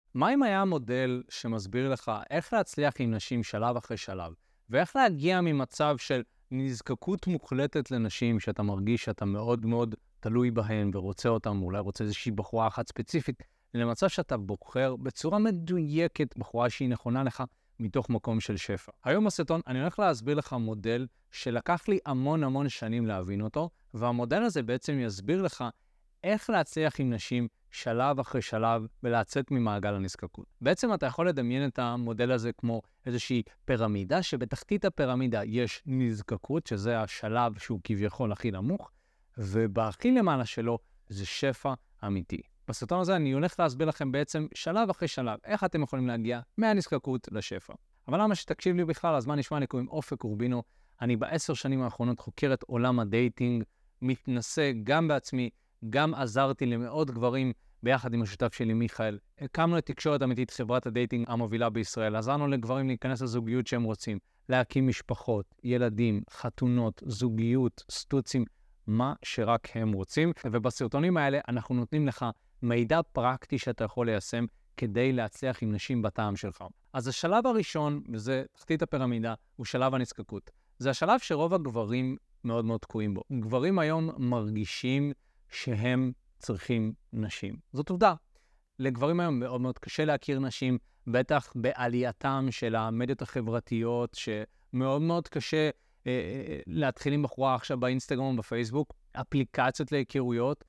מה אם היה מודל שמסביר לך איך להצליח עם נשים שלב אחרי שלב, ואיך להגיע ממצב של נזקקות מוחלטת לנשים שאתה מרגיש שאתה מאוד מאוד תלוי בהן ורוצה אותן, אולי רוצה איזושהי בחורה אחת ספציפית, למצב שאתה בוחר בצורה מדויקת בחורה שהיא נכונה לך מתוך מקום של שפע. היום בסרטון אני הולך להסביר לך מודל שלקח לי המון שנים להבין אותו, והמודל הזה בעצם יסביר לך איך להצליח עם נשים שלב אחרי שלב ולצאת ממעגל הנזקקות. בעצם אתה יכול לדמיין את המודל הזה כמו איזושהי פירמידה, שבתחתית הפירמידה יש נזקקות, שזה השלב שהוא כביכול הכי נמוך, ובהכי למעלה שלו זה שפע אמיתי. בסרטון הזה אני הולך להסביר לכם בעצם שלב אחרי שלב, איך אתם יכולים להגיע מהנזקקות לשפע. אבל למה שתקשיב לי בכלל, אז מה נשמע? אני קוראים אופק אורבינו, אני ב10 שנים האחרונות חוקר את עולם הדייטינג, מתנסה גם בעצמי, גם עזרתי למאות גברים ביחד עם השותף שלי מיכאל. הקמנו את תקשורת אמיתית, חברת הדייטינג המובילה בישראל. עזרנו לגברים להיכנס לזוגיות שהם רוצים, להקים משפחות, ילדים, חתונות, זוגיות, סטוצים, מה שרק הם רוצים. ובסרטונים האלה אנחנו נותנים לך מידע פרקטי שאתה יכול ליישם כדי להצליח עם נשים בטעם שלך. אז השלב הראשון, וזה תחתית הפירמידה, הוא שלב הנזקקות. זה השלב שרוב הגברים מאוד תקועים בו. גברים היום מרגישים שהם צריכים נשים. זאת עובדה. לגברים היום מאוד קשה להכיר נשים, בטח בעלייתם של המדיות החברתיות, שמאוד קשה להתחיל עם בחורה עכשיו באינסטגרם ובפייסבוק, אפליקציות להיכרויות,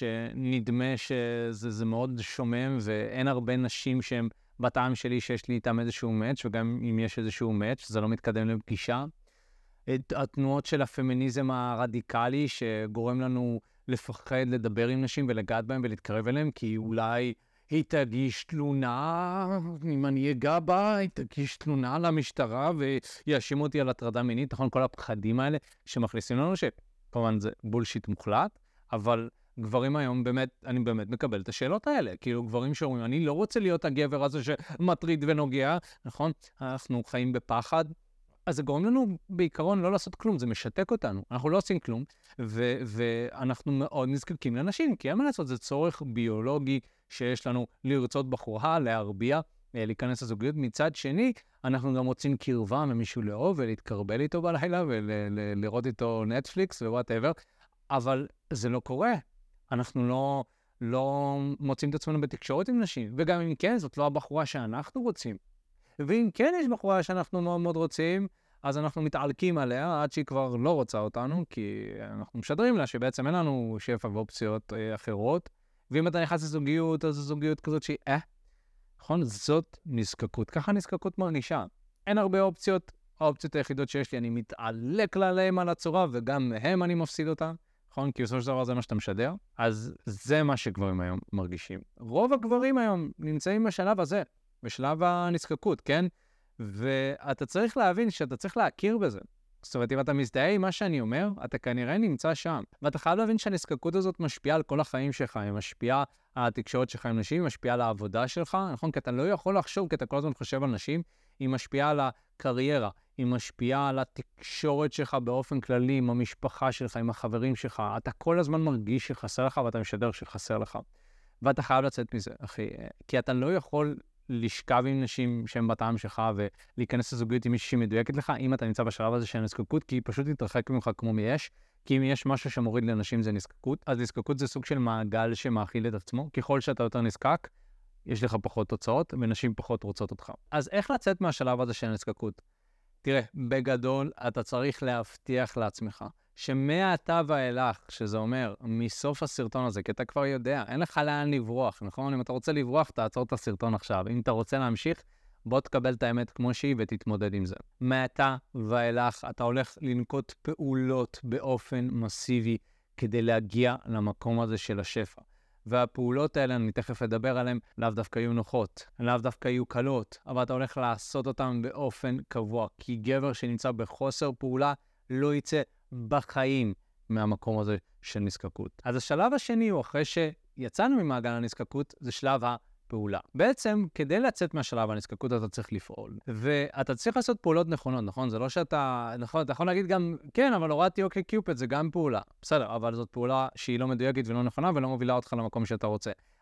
שנדמה שזה מאוד שומם, ואין הרבה נשים שהן בטעם שלי שיש לי איתם איזשהו מאץ', וגם אם יש איזשהו מאץ', זה לא מתקדם לפגישה. התנועות של הפמיניזם הרדיקלי, שגורם לנו לפחד לדבר עם נשים ולגעת בהם ולהתקרב אליהם, כי אולי היא תגיש תלונה, אם אני אגע בה, היא תגיש תלונה למשטרה ויאשים אותי על הטרדה מינית, נכון? כל הפחדים האלה שמכניסים לנו, שכמובן זה בולשיט מוחלט, אבל גברים היום אני באמת מקבל את השאלות האלה. כאילו גברים שאומרים, אני לא רוצה להיות הגבר הזה שמטריד ונוגע, נכון? אנחנו חיים בפחד. אז זה גורם לנו בעיקרון לא לעשות כלום, זה משתק אותנו. אנחנו לא עושים כלום, ואנחנו מאוד נזקקים לאנשים, כי אין מה לעשות, זה צורך ביולוגי שיש לנו לרצות בחורה, להרביע, להיכנס לזוגיות. מצד שני, אנחנו גם רוצים קרבה ממישהו לאהוב ולהתקרבל איתו בלילה ולראות איתו נטפליקס ווואטאבר, אבל זה לא קורה. אנחנו לא מוצאים את עצמנו בתקשורת עם נשים, וגם אם כן, זאת לא הבחורה שאנחנו רוצים. ואם כן יש בחורה שאנחנו מאוד רוצים, אז אנחנו מתעלקים עליה עד שהיא כבר לא רוצה אותנו, כי אנחנו משדרים לה שבעצם אין לנו שפע ואופציות אחרות. ואם אתה נכנס לזוגיות, אז זו זוגיות כזאת שהיא, נכון? זאת נזקקות. ככה נזקקות מרגישה. אין הרבה אופציות. האופציות היחידות שיש לי, אני מתעלק עליהם על הצורה, וגם מהם אני מפסיד אותם. נכון? כי בסופו של דבר זה מה שאתה משדר. אז זה מה שגברים היום מרגישים. רוב הגברים היום נמצאים בשלב הזה. בשלב הנזקקות, כן? ואתה צריך להבין שאתה צריך להכיר בזה. זאת אומרת, אם אתה מזדהה עם מה שאני אומר, אתה כנראה נמצא שם. ואתה חייב להבין שהנזקקות הזאת משפיעה על כל החיים שלך, היא משפיעה על התקשורת שלך עם נשים, היא משפיעה על העבודה שלך, נכון? כי אתה לא יכול לחשוב, כי אתה כל הזמן חושב על נשים, היא משפיעה על הקריירה, היא משפיעה על התקשורת שלך באופן כללי, עם המשפחה שלך, עם החברים שלך. אתה כל הזמן מרגיש שחסר לך, ואתה משדר שחסר לך. ואתה חייב לצאת מזה, אחי. כי אתה לא יכול לשכב עם נשים שהן בטעם שלך ולהיכנס לזוגיות עם מישהי שמדויקת לך, אם אתה נמצא בשלב הזה של נזקקות, כי היא פשוט תתרחק ממך כמו מייש, כי אם יש משהו שמוריד לאנשים זה נזקקות, אז נזקקות זה סוג של מעגל שמאכיל את עצמו. ככל שאתה יותר נזקק, יש לך פחות תוצאות, ונשים פחות רוצות אותך. אז איך לצאת מהשלב הזה של נזקקות? תראה, בגדול אתה צריך להבטיח לעצמך שמעתה ואילך, שזה אומר, מסוף הסרטון הזה, כי אתה כבר יודע, אין לך לאן לברוח, נכון? אם אתה רוצה לברוח, תעצור את הסרטון עכשיו. אם אתה רוצה להמשיך, בוא תקבל את האמת כמו שהיא ותתמודד עם זה. מעתה ואילך, אתה הולך לנקוט פעולות באופן מסיבי כדי להגיע למקום הזה של השפע. והפעולות האלה, אני תכף אדבר עליהן, לאו דווקא יהיו נוחות, לאו דווקא יהיו קלות, אבל אתה הולך לעשות אותן באופן קבוע, כי גבר שנמצא בחוסר פעולה לא יצא בחיים מהמקום הזה של נזקקות. אז השלב השני הוא, אחרי שיצאנו ממעגל הנזקקות, זה שלב הפעולה. בעצם, כדי לצאת מהשלב הנזקקות, אתה צריך לפעול. ואתה צריך לעשות פעולות נכונות, נכון? זה לא שאתה, נכון, אתה יכול להגיד גם, כן, אבל הורדתי אוקיי קיופד, זה גם פעולה. בסדר, אבל זאת פעולה שהיא לא מדויקת ולא נכונה, ולא מובילה אותך למקום שאתה רוצה.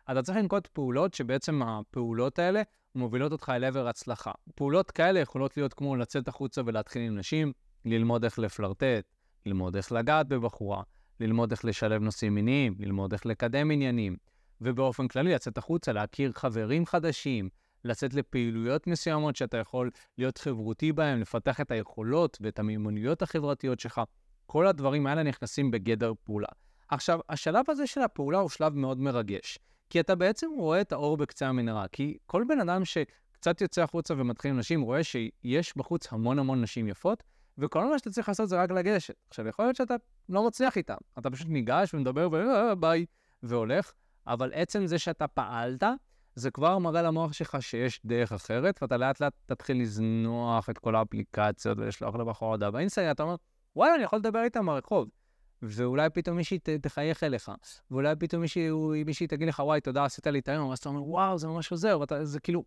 אתה צריך לנקוט פעולות שבעצם הפעולות האלה מובילות אותך אל עבר הצלחה. פעולות כאלה יכולות להיות כמו לצאת החוצה ולהתחיל עם נשים, ללמוד איך לפלרטט, ללמוד איך לגעת בבחורה, ללמוד איך לשלב נושאים מיניים, ללמוד איך לקדם עניינים, ובאופן כללי לצאת החוצה, להכיר חברים חדשים, לצאת לפעילויות מסוימות שאתה יכול להיות חברותי בהם, לפתח את היכולות ואת המיומנויות החברתיות שלך. כל הדברים האלה נכנסים בגדר פעולה. עכשיו, השלב הזה של הפעולה הוא שלב מאוד מרגש, כי אתה בעצם רואה את האור בקצה המנהרה, כי כל בן אדם שקצת יוצא החוצה ומתחיל עם נשים, רואה שיש בחוץ המון המון נשים יפות, וכל מה שאתה צריך לעשות זה רק לגשת. עכשיו, יכול להיות שאתה לא מצליח איתם, אתה פשוט ניגש ומדבר ביי, והולך, אבל עצם זה שאתה פעלת, זה כבר מראה למוח שלך שיש דרך אחרת, ואתה לאט לאט תתחיל לזנוח את כל האפליקציות ולשלוח לבחור הודעה באינסטגרם, אתה אומר, וואי, אני יכול לדבר איתם ברחוב. ואולי פתאום מישהי תחייך אליך, ואולי פתאום מישהי תגיד לך, וואי, תודה, עשית לי את היום, אז אתה אומר, וואו, זה ממש עוזר, זה כאילו,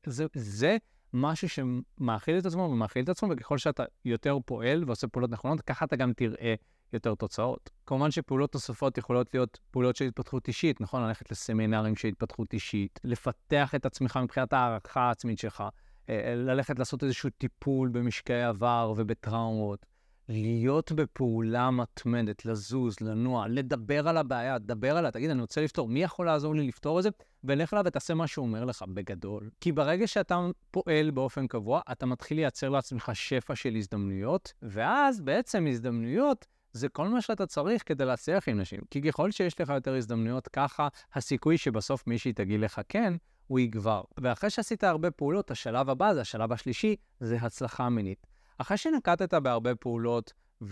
זה משהו שמאכיל את עצמו ומאכיל את עצמו, וככל שאתה יותר פועל ועושה פעולות נכונות, ככה אתה גם תראה יותר תוצאות. כמובן שפעולות נוספות יכולות להיות פעולות של התפתחות אישית, נכון? ללכת לסמינרים של התפתחות אישית, לפתח את עצמך מבחינת הערכה העצמית שלך, ללכת לעשות איזשהו טיפול במשקעי עבר ובטראומות, להיות בפעולה מתמדת, לזוז, לנוע, לדבר על הבעיה, לדבר עליה, תגיד, אני רוצה לפתור, מי יכול לעזור לי לפתור את זה? ולך לה ותעשה מה שהוא אומר לך בגדול. כי ברגע שאתה פועל באופן קבוע, אתה מתחיל לייצר לעצמך שפע של הזדמנויות, ואז בעצם הזדמנויות זה כל מה שאתה צריך כדי להצליח עם נשים. כי ככל שיש לך יותר הזדמנויות ככה, הסיכוי שבסוף מישהי תגיד לך כן, הוא יגבר. ואחרי שעשית הרבה פעולות, השלב הבא, זה השלב השלישי, זה הצלחה מינית. אחרי שנקטת בהרבה פעולות,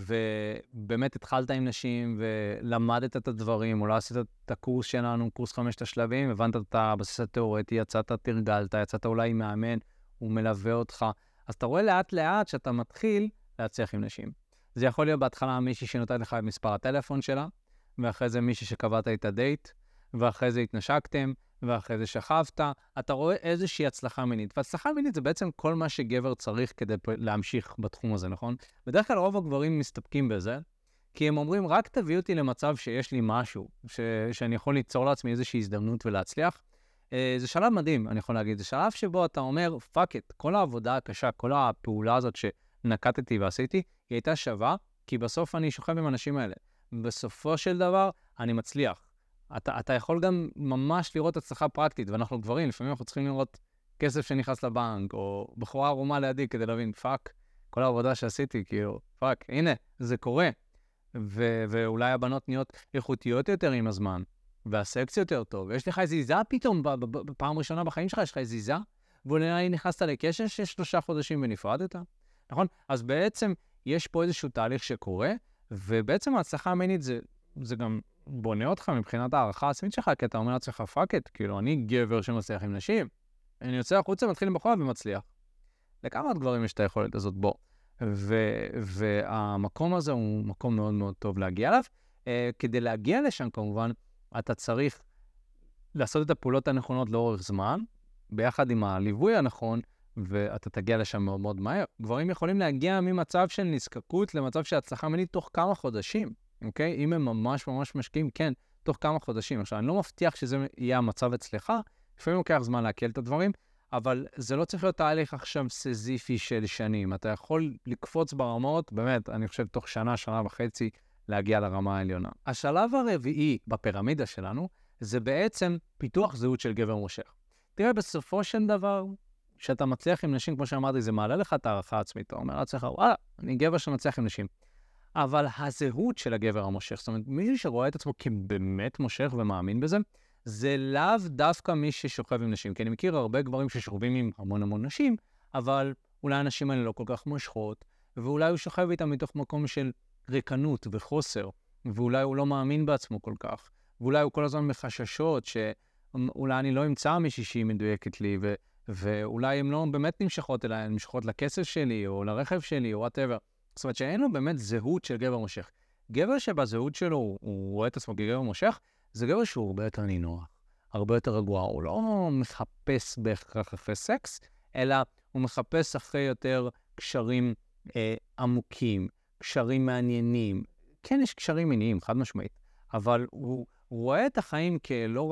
ובאמת התחלת עם נשים, ולמדת את הדברים, אולי עשית את הקורס שלנו, קורס 5 השלבים, הבנת את הבסיס התיאורטי, יצאת, תרגלת, יצאת אולי עם מאמן, הוא מלווה אותך. אז אתה רואה לאט לאט שאתה מתחיל להצליח עם נשים. זה יכול להיות בהתחלה מישהי שנותנת לך את מספר הטלפון שלה, ואחרי זה מישהי שקבעת את הדייט, ואחרי זה התנשקתם, ואחרי זה שכבת, אתה רואה איזושהי הצלחה מינית. והצלחה מינית זה בעצם כל מה שגבר צריך כדי להמשיך בתחום הזה, נכון? בדרך כלל רוב הגברים מסתפקים בזה, כי הם אומרים, רק תביא אותי למצב שיש לי משהו, שאני יכול ליצור לעצמי איזושהי הזדמנות ולהצליח. זה שלב מדהים, אני יכול להגיד. זה שלב שבו אתה אומר, פאק את, כל העבודה הקשה, כל הפעולה הזאת שנקטתי ועשיתי, היא הייתה שווה, כי בסוף אני שוכב עם האנשים האלה. בסופו של דבר, אני מצליח. אתה יכול גם ממש לראות הצלחה פרקטית, ואנחנו גברים, לפעמים אנחנו צריכים לראות כסף שנכנס לבנק, או בחורה ערומה לידי כדי להבין, פאק, כל העבודה שעשיתי, כאילו, פאק, הנה, זה קורה. ואולי הבנות נהיות איכותיות יותר עם הזמן, והסקס יותר טוב, ויש לך זיזה פתאום, בפעם ראשונה בחיים שלך יש לך זיזה, ואולי נכנסת לקשר של 3 חודשים ונפרדת, נכון? אז בעצם יש פה איזשהו תהליך שקורה, ובעצם ההצלחה המינית זה גם בונה אותך מבחינת הערכה העצמית שלך, כי אתה אומר לעצמך, פאק את, כאילו, אני גבר שמצליח עם נשים, אני יוצא החוצה, מתחיל עם בחורה ומצליח. לכמה דברים יש את היכולת הזאת בו. והמקום הזה הוא מקום מאוד מאוד טוב להגיע אליו. כדי להגיע לשם, כמובן, אתה צריך לעשות את הפעולות הנכונות לאורך זמן, ביחד עם הליווי הנכון, ואתה תגיע לשם מאוד מאוד מהר. גברים יכולים להגיע ממצב של נזקקות למצב של הצלחה מינית תוך כמה חודשים. אוקיי? אם הם ממש ממש משקיעים, כן, תוך כמה חודשים. עכשיו, אני לא מבטיח שזה יהיה המצב אצלך, לפעמים לוקח זמן להקל את הדברים, אבל זה לא צריך להיות תהליך עכשיו סזיפי של שנים. אתה יכול לקפוץ ברמות, באמת, אני חושב, תוך שנה, שנה וחצי, להגיע לרמה העליונה. השלב הרביעי בפירמידה שלנו, זה בעצם פיתוח זהות של גבר מושך. תראה, בסופו של דבר, שאתה מצליח עם נשים, כמו שאמרתי, זה מעלה לך את הערכה העצמית. אתה אומר לעצמך, וואלה, אני גבר שמצליח עם נשים. אבל הזהות של הגבר המושך, זאת אומרת, מי שרואה את עצמו כבאמת מושך ומאמין בזה, זה לאו דווקא מי ששוכב עם נשים. כי אני מכיר הרבה גברים ששוכבים עם המון המון נשים, אבל אולי הנשים האלה לא כל כך מושכות, ואולי הוא שוכב איתם מתוך מקום של ריקנות וחוסר, ואולי הוא לא מאמין בעצמו כל כך, ואולי הוא כל הזמן מחששות שאולי אני לא אמצא מישהי שהיא מדויקת לי, ואולי הן לא באמת נמשכות אליי, הן נמשכות לכסף שלי, או לרכב שלי, או whatever. זאת אומרת שאין לו באמת זהות של גבר מושך. גבר שבזהות שלו הוא רואה את עצמו כגבר מושך, זה גבר שהוא הרבה יותר נינוח, הרבה יותר רגוע. הוא לא מחפש בהכרח אחרי סקס, אלא הוא מחפש אחרי יותר קשרים עמוקים, קשרים מעניינים. כן, יש קשרים מיניים, חד משמעית, אבל הוא רואה את החיים כלא רק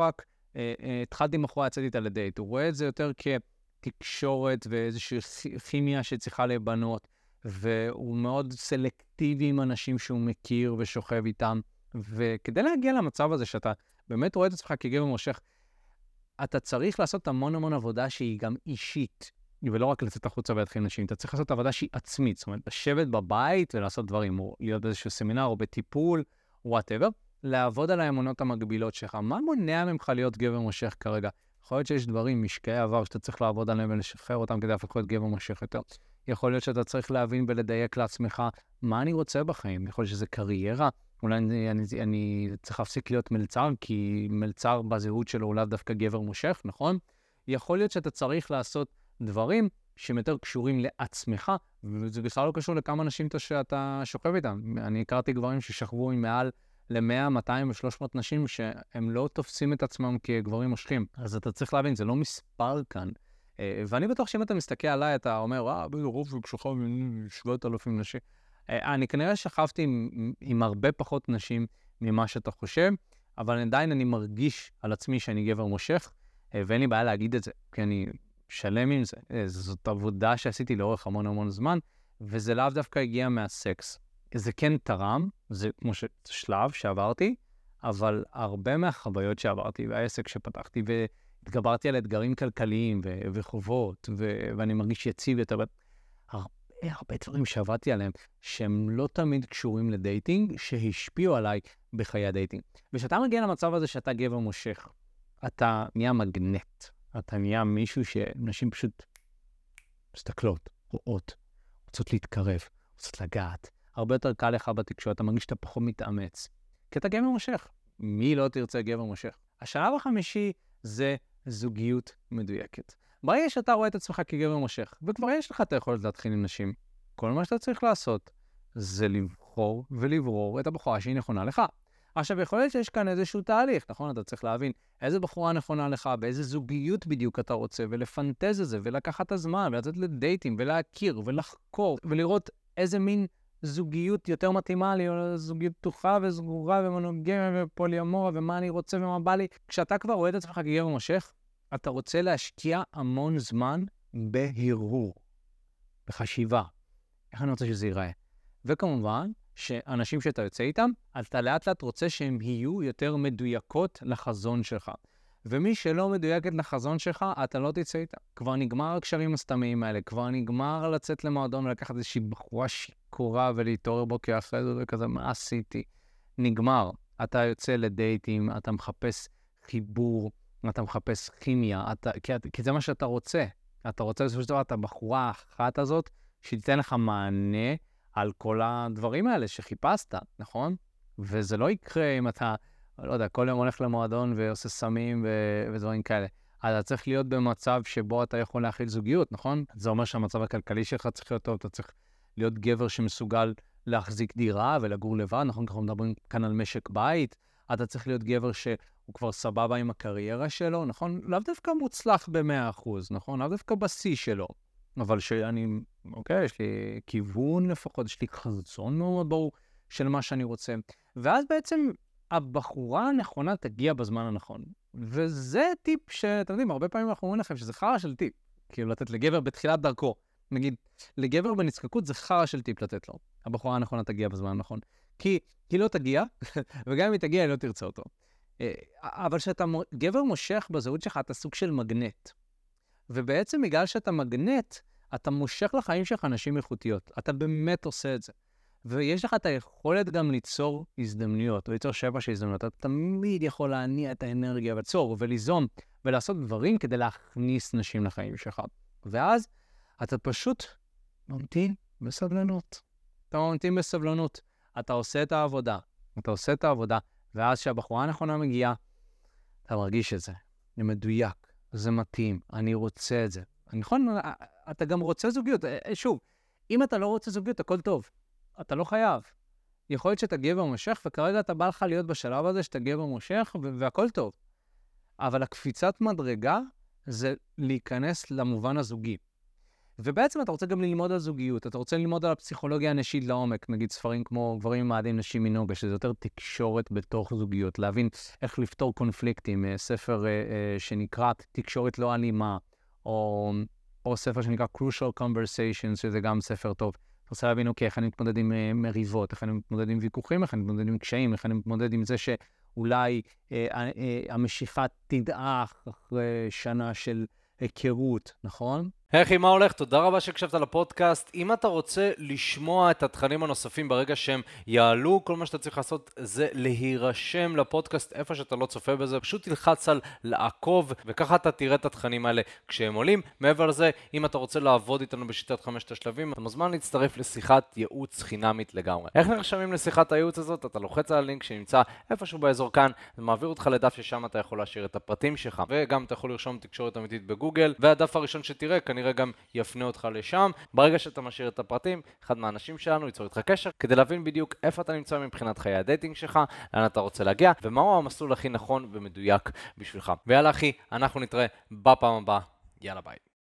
התחלתי עם בחורה, יצאתי איתה לדייט. הוא רואה את זה יותר כתקשורת ואיזושהי כימיה שצריכה להיבנות, והוא מאוד סלקטיבי עם אנשים שהוא מכיר ושוכב איתם. וכדי להגיע למצב הזה שאתה באמת רואה את עצמך כגבר מושך, אתה צריך לעשות המון המון עבודה שהיא גם אישית, ולא רק לצאת החוצה ולהתחיל נשים. אתה צריך לעשות עבודה שהיא עצמית, זאת אומרת, לשבת בבית ולעשות דברים, או להיות באיזשהו סמינר, או בטיפול, או whatever, לעבוד על האמונות המקבילות שלך. מה מונע ממך להיות גבר מושך כרגע? יכול להיות שיש דברים, משקעי עבר, שאתה צריך לעבוד עליהם ולשחרר אותם כדי להפוך להיות גבר מושך יותר. יכול להיות שאתה צריך להבין ולדייק לעצמך מה אני רוצה בחיים. יכול להיות שזה קריירה, אולי אני צריך להפסיק להיות מלצר, כי מלצר בזהות שלו הוא לאו דווקא גבר מושך, נכון? יכול להיות שאתה צריך לעשות דברים שהם יותר קשורים לעצמך, וזה בכלל לא קשור לכמה אנשים שאתה שוכב איתם. אני הכרתי גברים ששכבו עם מעל ל-100, 200 ו-300 נשים שהם לא תופסים את עצמם כגברים מושכים. אז אתה צריך להבין, זה לא מספר כאן. ואני בטוח שאם אתה מסתכל עליי, אתה אומר, ברוב שוכב עם 7,000 נשים. אני כנראה שכבתי עם הרבה פחות נשים ממה שאתה חושב, אבל עדיין אני מרגיש על עצמי שאני גבר מושך, ואין לי בעיה להגיד את זה, כי אני שלם עם זה. זאת עבודה שעשיתי לאורך המון המון זמן, וזה לאו דווקא הגיע מהסקס. זה כן תרם, זה כמו שלב שעברתי, אבל הרבה מהחוויות שעברתי, והעסק שפתחתי, והתגברתי על אתגרים כלכליים וחובות, ואני מרגיש יציב יותר, הרבה דברים שעבדתי עליהם, שהם לא תמיד קשורים לדייטינג, שהשפיעו עליי בחיי הדייטינג. וכשאתה מגיע למצב הזה שאתה גבר מושך, אתה נהיה מגנט, אתה נהיה מישהו שנשים פשוט מסתכלות, רואות, רוצות להתקרב, רוצות לגעת. הרבה יותר קל לך בתקשורת, אתה מרגיש שאתה פחות מתאמץ. כי אתה גבר מושך. מי לא תרצה גבר מושך? השלב החמישי זה זוגיות מדויקת. ברגע שאתה רואה את עצמך כגבר מושך, וכבר יש לך את היכולת להתחיל עם נשים, כל מה שאתה צריך לעשות זה לבחור ולברור את הבחורה שהיא נכונה לך. עכשיו, יכול להיות שיש כאן איזשהו תהליך, נכון? אתה צריך להבין איזה בחורה נכונה לך, באיזה זוגיות בדיוק אתה רוצה, ולפנטז את זה, ולקחת את הזמן, ולצאת לדייטים, ולהכיר, ולחקור, ולראות איזה מין זוגיות יותר מתאימה לי, או זוגיות פתוחה וסגורה, ומונוגמיה ופוליאמורה, ומה אני רוצה ומה בא לי. כשאתה כבר רואה את עצמך כגבר מושך, אתה רוצה להשקיע המון זמן בהרהור, בחשיבה. איך אני רוצה שזה ייראה? וכמובן, שאנשים שאתה יוצא איתם, אתה לאט לאט רוצה שהם יהיו יותר מדויקות לחזון שלך. ומי שלא מדויקת לחזון שלך, אתה לא תצא איתה. כבר נגמר הקשרים הסתמיים האלה, כבר נגמר לצאת למועדון ולקחת איזושהי בחורה שיכורה ולהתעורר בוקר אחרי זה וכזה, מה עשיתי? נגמר. אתה יוצא לדייטים, אתה מחפש חיבור, אתה מחפש כימיה, כי זה מה שאתה רוצה. אתה רוצה בסופו של דבר את הבחורה האחת הזאת, שתיתן לך מענה על כל הדברים האלה שחיפשת, נכון? וזה לא יקרה אם אתה, לא יודע, כל יום הולך למועדון ועושה סמים ודברים כאלה. אתה צריך להיות במצב שבו אתה יכול להכיל זוגיות, נכון? זה אומר שהמצב הכלכלי שלך צריך להיות טוב, אתה צריך להיות גבר שמסוגל להחזיק דירה ולגור לבד, נכון? אנחנו מדברים כאן על משק בית. אתה צריך להיות גבר שהוא כבר סבבה עם הקריירה שלו, נכון? לאו דווקא מוצלח ב-100%, נכון? לאו דווקא בשיא שלו. אבל אוקיי, יש לי כיוון לפחות, יש לי חזון מאוד ברור של מה שאני רוצה. ואז בעצם הבחורה הנכונה תגיע בזמן הנכון. וזה טיפ שאתם יודעים, הרבה פעמים אנחנו אומרים לכם שזה חרא של טיפ. כאילו לתת לגבר בתחילת דרכו. נגיד, לגבר בנזקקות זה חרא של טיפ לתת לו. הבחורה הנכונה תגיע בזמן הנכון. כי היא לא תגיע, וגם אם היא תגיע, היא לא תרצה אותו. אבל כשאתה גבר מושך בזהות שלך, אתה סוג של מגנט. ובעצם בגלל שאתה מגנט, אתה מושך לחיים שלך אנשים איכותיות. אתה באמת עושה את זה. ויש לך את היכולת גם ליצור הזדמנויות, או ליצור שבע של הזדמנויות. אתה תמיד יכול להניע את האנרגיה, וליצור וליזום, ולעשות דברים כדי להכניס נשים לחיים שלך. ואז אתה פשוט ממתין בסבלנות. אתה ממתין בסבלנות. אתה עושה את העבודה. אתה עושה את העבודה, ואז כשהבחורה הנכונה מגיעה, אתה מרגיש את זה. זה מדויק. זה מתאים, אני רוצה את זה. נכון, אתה גם רוצה זוגיות. שוב, אם אתה לא רוצה זוגיות, הכל טוב. אתה לא חייב. יכול להיות שאתה גבר מושך, וכרגע אתה בא לך להיות בשלב הזה שאתה גבר מושך, והכל טוב. אבל הקפיצת מדרגה זה להיכנס למובן הזוגי. ובעצם אתה רוצה גם ללמוד על זוגיות, אתה רוצה ללמוד על הפסיכולוגיה הנשית לעומק, נגיד ספרים כמו גברים ממאדים נשים מנוגה, שזה יותר תקשורת בתוך זוגיות, להבין איך לפתור קונפליקטים, ספר שנקרא תקשורת לא אלימה, או ספר שנקרא Crucial Conversations, שזה גם ספר טוב. אתה רוצה להבין, אוקיי, איך אני מתמודד עם מריבות, איך אני מתמודד עם ויכוחים, איך אני מתמודד עם קשיים, איך אני מתמודד עם זה שאולי המשיכה תדעך אחרי שנה של היכרות, נכון? היי, מה הולך? תודה רבה שהקשבת לפודקאסט. אם אתה רוצה לשמוע את התכנים הנוספים ברגע שהם יעלו, כל מה שאתה צריך לעשות זה להירשם לפודקאסט איפה שאתה לא צופה בזה. פשוט תלחץ על לעקוב, וככה אתה תראה את התכנים האלה כשהם עולים. מעבר לזה, אם אתה רוצה לעבוד איתנו בשיטת 5 השלבים, אתה מוזמן להצטרף לשיחת ייעוץ חינמית לגמרי. איך נרשמים לשיחת הייעוץ הזאת? אתה לוחץ על הלינק שנמצא איפשהו באזור כאן, זה מעביר אותך לדף ששם אתה יכול להשאיר את הפרטים שלך, וגם אתה יכול לרשום תקשורת אמיתית בגוגל, והדף הראשון שתראה כנראה גם יפנה אותך לשם. ברגע שאתה משאיר את הפרטים, אחד מהאנשים שלנו ייצור איתך קשר כדי להבין בדיוק איפה אתה נמצא מבחינת חיי הדייטינג שלך, לאן אתה רוצה להגיע, ומהו המסלול הכי נכון ומדויק בשבילך. ויאללה אחי, אנחנו נתראה בפעם הבאה. יאללה ביי.